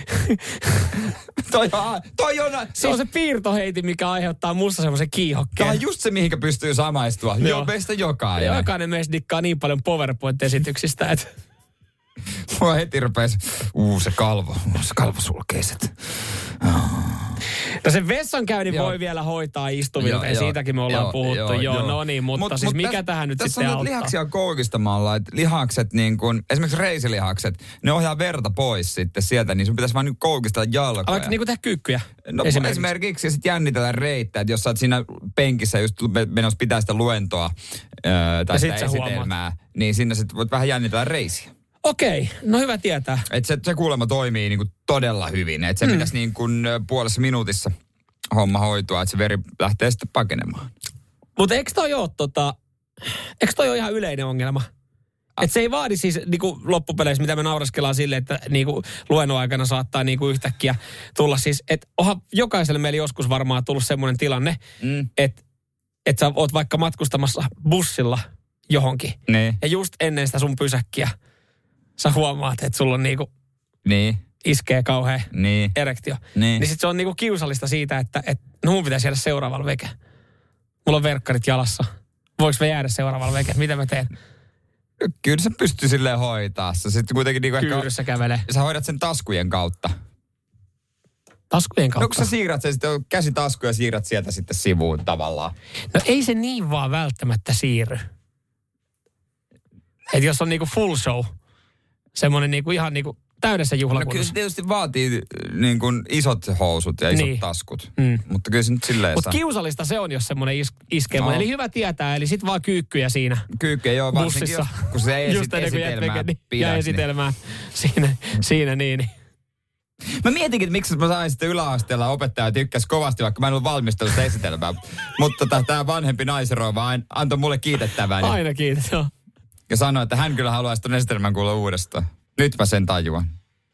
toi on... Toi on se siis, on se piirtoheiti, mikä aiheuttaa musta semmoisen kiihokkeen. Tämä on just se, mihinkä pystyy samaistua. Joo. Joo, meistä jokainen. Jokainen meistä dikkaa niin paljon PowerPoint-esityksistä, että... Mua heti rupesi, uu se kalvo, se kalvosulkeiset. No se vessankäynnin voi vielä hoitaa istuvilta, ja siitäkin me ollaan joo, puhuttu. Joo, joo, joo. No niin, mutta mut, siis mut mikä täs, tähän nyt sitten auttaa? Tässä on lihaksia koukistamalla, että lihakset niin kuin, esimerkiksi reisilihakset, ne ohjaa verta pois sitten sieltä, niin sun pitäisi vaan nyt koukistaa jalkoja. Alatko niin kuin tehdä kyykkyjä? No esimerkiksi, esimerkiksi ja sitten jännitellä reittä, että jos sä oot siinä penkissä just menossa pitää sitä luentoa öö, tai sitä esitelmää, niin sinne sitten voit vähän jännitellä reisiä. Okei, no hyvä tietää. Että se, se kuulemma toimii niinku todella hyvin. Että se mm. pitäisi niin kuin puolessa minuutissa homma hoitua, että se veri lähtee sitten pakenemaan. Mutta eikö toi ole tota, eikö toi ole ihan yleinen ongelma? Että se ei vaadi siis niinku loppupeleissä, mitä me nauraskellaan silleen, että niinku luennon aikana saattaa niinku yhtäkkiä tulla siis, että onhan jokaiselle meillä joskus varmaan tullut semmoinen tilanne, mm. että et sä oot vaikka matkustamassa bussilla johonkin. Niin. Ja just ennen sitä sun pysäkkiä sä huomaat, että sulla on niinku niin. iskee kauhean niin. erektio. Niin, niin sit se on niinku kiusallista siitä, että et, no mun pitäisi jäädä seuraavalla veke. Mulla on verkkarit jalassa. Voinko me jäädä seuraavalla veke? Mitä mä teen? Kyllä se pystyy silleen hoitaa. Sitten kuitenkin niinku Kyyryssä ehkä... kävelee. Sä hoidat sen taskujen kautta. Taskujen kautta? No kun sä siirrät sen sitten käsitaskuja ja siirrät sieltä sitten sivuun tavallaan. No ei se niin vaan välttämättä siirry. Että jos on niinku full show, semmoinen niinku ihan niinku täydessä juhlakunnossa. No kyllä se tietysti vaatii niin kuin isot housut ja isot niin. taskut. Mm. Mutta kyllä se nyt silleen Mutta kiusallista se on, jos semmoinen is- iskee. No. Eli hyvä tietää, eli sit vaan kyykkyjä siinä Kyykkyjä, joo, varsinkin jos, kun se esit- esitelmää niin, pidät. Ja esitelmää niin. siinä, siinä niin, niin. Mä mietinkin, että miksi mä sain sitten yläasteella opettaja tykkäsi kovasti, vaikka mä en ollut valmistellut sitä esitelmää. Mutta tota, tämä vanhempi naisrouva antoi mulle kiitettävää. Niin. Aina kiitos, joo. Ja sanoi, että hän kyllä haluaisi tuon esitelmän kuulla uudestaan. Nyt mä sen tajuan.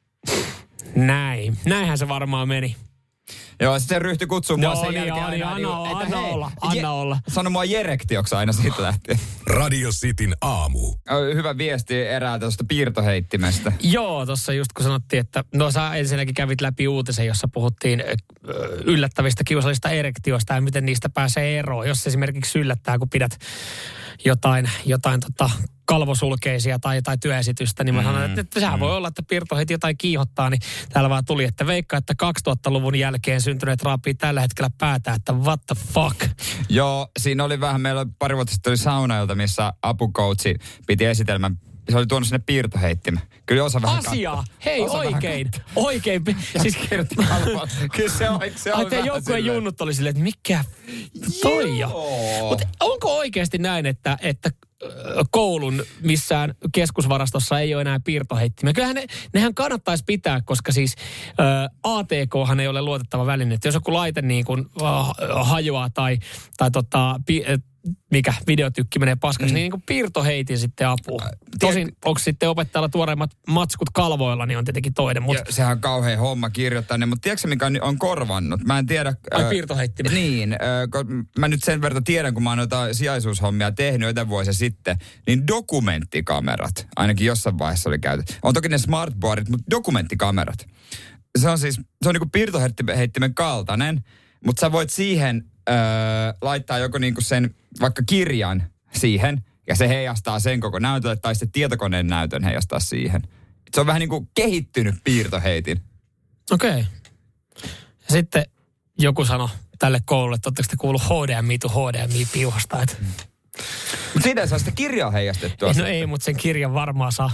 Näin. Näinhän se varmaan meni. Joo, sitten se ryhtyi kutsua mua no, sen niin, jälkeen niin, aina. Anna, niin, anna, että anna hei, olla, anna je, olla. Sano mua jerektioksi aina siitä lähtien. Radio Cityn aamu. Hyvä viesti eräältä tuosta piirtoheittimestä. Joo, tuossa just kun sanottiin, että no sä ensinnäkin kävit läpi uutisen, jossa puhuttiin yllättävistä kiusallista erektioista ja miten niistä pääsee eroon. Jos esimerkiksi yllättää, kun pidät jotain, jotain tota kalvosulkeisia tai jotain työesitystä, niin mä mm, sanoin, että, että sehän mm. voi olla, että piirtoheiti jotain kiihottaa, niin täällä vaan tuli, että veikkaa, että kaksituhattaluvun jälkeen syntyneet raapii tällä hetkellä päätä, että what the fuck. Joo, siinä oli vähän, meillä pari vuotta sitten oli saunailta, missä apukoutsi piti esitelmän. Se oli tuonut sinne piirtoheittimen. Kyllä osa vähän Asiaa! Katto. Hei, osa oikein! Oikein! Siis kyllä se on, se on ai, teidän joukkueen junnut oli silleen, että mikä toi on. Mutta onko oikeasti näin, että, että koulun missään keskusvarastossa ei ole enää piirtoheittimia? Kyllähän ne, nehän kannattaisi pitää, koska siis ä, A T K:han ei ole luotettava väline. Että jos joku laite niin kuin äh, hajoaa tai, tai tota, pi, mikä videotykki menee paskaksi, mm. niin, niin kuin piirtoheitin sitten apua. Tosin onko sitten opettajalla tuoreimmat matskut kalvoilla, niin on tietenkin toinen. Mut... Sehän on kauhean homma kirjoittaa ne, mutta tiedätkö mikä on, on korvannut? Mä en tiedä... Ai piirtoheittimen. Niin, äh, mä nyt sen verran tiedän, kun mä oon noita sijaisuushommia tehnyt jotain vuosia sitten, niin dokumenttikamerat, ainakin jossain vaiheessa oli käytetty. On toki ne smartboardit, mutta dokumenttikamerat. Se on siis, se on niinku piirtoheittimen kaltainen, mutta sä voit siihen äh, laittaa joko niinku sen vaikka kirjan siihen, ja se heijastaa sen koko näytölle, tai sitten tietokoneen näytön heijastaa siihen. Se on vähän niin kuin kehittynyt piirtoheitin. Okei. Okay. Ja sitten joku sanoi tälle koululle, että oletteko te kuullut H D M I to H D M I-piuhasta, että... Mutta siitä ei saa sitä kirjaa heijastettua. No ei, mutta sen kirjan varmaan saa.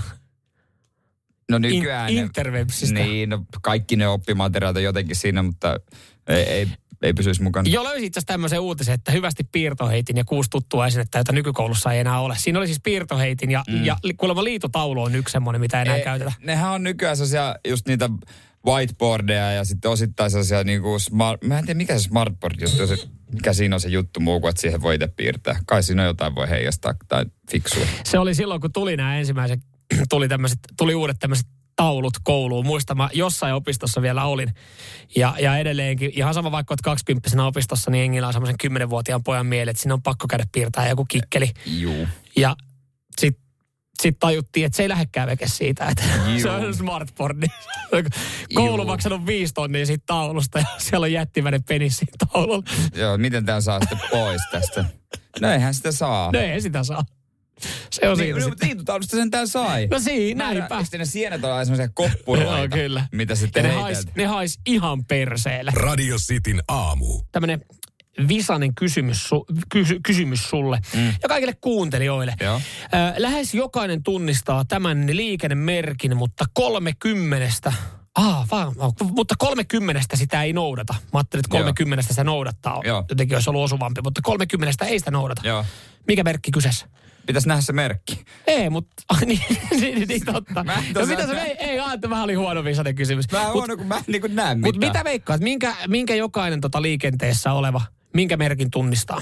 No nykyään... In, interwebsistä. Niin, no kaikki ne oppimateriaalit jotenkin siinä, mutta ei... ei Ei pysyisi mukana. Joo, löysin itse asiassa tämmöisen uutisen, että hyvästi piirtoheitin ja kuusi tuttua esinettä, jota nykykoulussa ei enää ole. Siinä oli siis piirtoheitin ja, mm. ja kuulemma liitotaulu on yksi semmoinen, mitä enää ei, käytetä. Nehän on nykyään sellaisia just niitä whiteboardeja ja sitten osittain sellaisia niinku smart... Mä en tiedä, mikä se smartboard-juttu on, mikä siinä on se juttu muu kuin, että siihen voi itse piirtää. Kai siinä jotain voi heijastaa tai fiksua. Se oli silloin, kun tuli nämä ensimmäiset, tuli, tämmöiset, tuli uudet tämmöiset taulut kouluun. Muista, mä jossain opistossa vielä olin. Ja, ja edelleenkin, ihan sama vaikka olet kaksikymppisenä opistossa, niin Engillä on semmoisen kymmenvuotiaan pojan mieli, että siinä on pakko käydä piirtää joku kikkeli. Juu. Ja sitten sit tajuttiin, että se ei lähdekään veke siitä, että Juu. se on smartboard. Koulu on maksanut viisi tonnia siitä taulusta ja siellä on jättimäinen penis siinä taululla. Joo, miten tämä saa sitten pois tästä? No eihän sitä saa. No ei sitä saa. Se on niin, siinä no, mutta liitutaulusta sen tää sai. No siinä, näinpä. Eikö ne sienet ole semmoisia koppuroita? Joo, kyllä. Mitä sitten ne hais, ne hais ihan perseelle. Radio Cityn aamu. Tämmönen visainen kysymys, su, kysy, kysymys sulle mm. ja kaikille kuuntelijoille. Joo. Äh, lähes jokainen tunnistaa tämän liikennemerkin, mutta kolmekymmentä... Ah, vaan, mutta kolmekymmentä sitä ei noudata. Mä ajattelin, että kolmekymmentä sitä noudattaa. Joo. Jotenkin olisi ollut osuvampi, mutta kolmekymmentä ei sitä noudata. Joo. Mikä merkki kyseessä? Pitäisi nähdä se merkki. Ei, mutta... niin, niin, niin totta. No mitä se... Ei, ei että vähän oli huono viisainen kysymys. Vähän huono, kun mä en niin kuin näe mitään. Mutta mitä veikkaat? Minkä, minkä jokainen tota liikenteessä oleva, minkä merkin tunnistaa?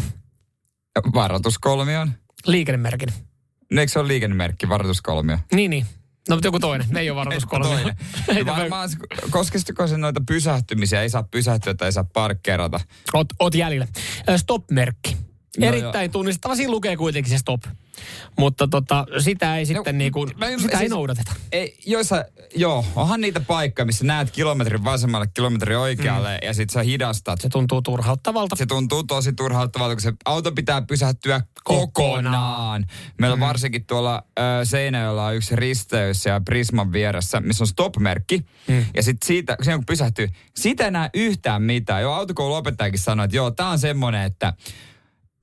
Varoituskolmion. Liikennemerkin. No eikö se ole liikennemerkki, varoituskolmio? Niin, niin. No mutta joku toinen, ne ei ole varoituskolmio. No varmaan, koskisiko se noita pysähtymisiä, ei saa pysähtyä tai ei saa parkkeerata. Oot, oot jäljellä. Stop-merkki. No Erittäin tunnistettava, siinä lukee kuitenkin se stop. Mutta tota, sitä ei sitten no, niinku, sitä siis, ei noudateta. Ei, joissa, joo, onhan niitä paikkoja, missä näet kilometrin vasemmalle, kilometrin oikealle mm. ja sit sä hidastat. Se tuntuu turhauttavalta. Se tuntuu tosi turhauttavalta, kun se auto pitää pysähtyä kokonaan. Meillä mm. varsinkin tuolla äh, Seinäjoella on yksi risteys ja Prisman vieressä, missä on stop-merkki. Mm. Ja sit siitä, siinä kun pysähtyy, siitä ei näe yhtään mitään. Jo autokouluopettajakin sanoi, että joo, tää on semmonen, että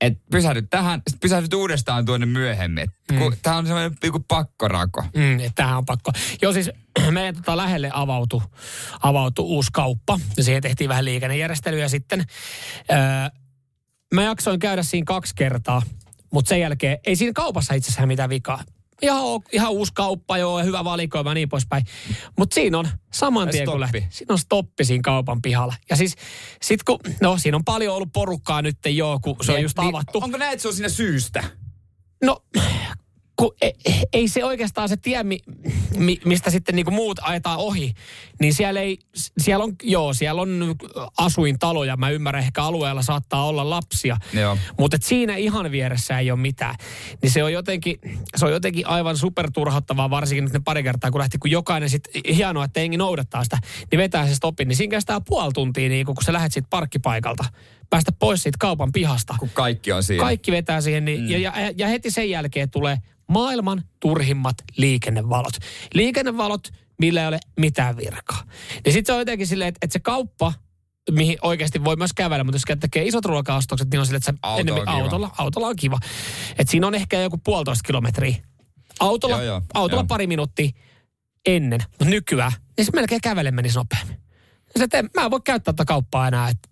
että pysähdyt tähän, sitten pysähdyt uudestaan tuonne myöhemmin. Mm. Tämä on semmoinen joku pakkorako. Mm, tämähän on pakko. Joo, siis meidän tota lähelle avautui avautu uusi kauppa. Ja siihen tehtiin vähän liikennejärjestelyjä sitten. Öö, mä jaksoin käydä siinä kaksi kertaa, mutta sen jälkeen ei siinä kaupassa itse asiassa mitään vikaa. Ihan, ihan uusi kauppa, joo, ja hyvä valikoima ja niin poispäin. Mutta siinä on saman tien, kun lähti. Siinä on stoppi siinä kaupan pihalla. Ja siis sit kun, no siinä on paljon ollut porukkaa nyt joo, kun se on just avattu. Onko näet, se on siinä syystä? No, kun ei, ei se oikeastaan se tie, mi, mi, mistä sitten niinku muut ajetaan ohi, niin siellä ei, siellä on, joo, siellä on asuintaloja. Mä ymmärrän, ehkä alueella saattaa olla lapsia. Joo. Mutta siinä ihan vieressä ei ole mitään. Niin se on jotenkin, se on jotenkin aivan superturhauttavaa, varsinkin nyt ne pari kertaa, kun lähti, kun jokainen sitten, hienoa, että jengi noudattaa sitä, niin vetää se stopin. Niin siinä kestää puoli tuntia, niin kun sä lähdet siitä parkkipaikalta, päästä pois siitä kaupan pihasta. Kun kaikki on siinä. Kaikki vetää siihen, niin, mm. ja, ja, ja heti sen jälkeen tulee maailman turhimmat liikennevalot. Liikennevalot, millä ei ole mitään virkaa. Ja sitten se on jotenkin silleen, että, että se kauppa, mihin oikeasti voi myös kävellä, mutta jos tekee isot ruoka-ostokset, niin on silleen, että sä Auto enemmän autolla, autolla on kiva. Että siinä on ehkä joku puolitoista kilometriä. Autolla, joo, joo, autolla joo. pari minuuttia ennen, mutta nykyään, niin se melkein kävelen menisi nopeammin. Ja se, että mä en voi käyttää tätä kauppaa enää, että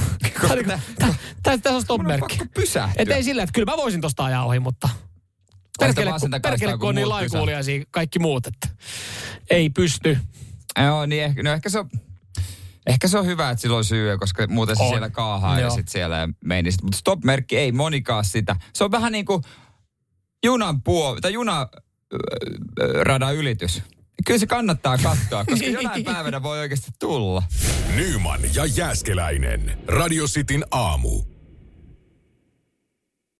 tässä on stop-merkki. Että ei silleen, että kyllä mä voisin tosta ajaa ohi, mutta perkele, perkele kun on niin lainkuuliaisia kaikki muut, että ei pysty. Joo, niin ehkä, no ehkä se on, ehkä se on hyvä, että silloin syy, koska muuten se on. Siellä kaahaa Joo. ja sitten siellä meni. Mutta stop-merkki ei monikaan sitä. Se on vähän niin kuin junan puo, tai junaradan ylitys. Kyllä se kannattaa katsoa, koska jonain päivänä voi oikeasti tulla. Nyman ja Jääskeläinen. Radio Cityn aamu.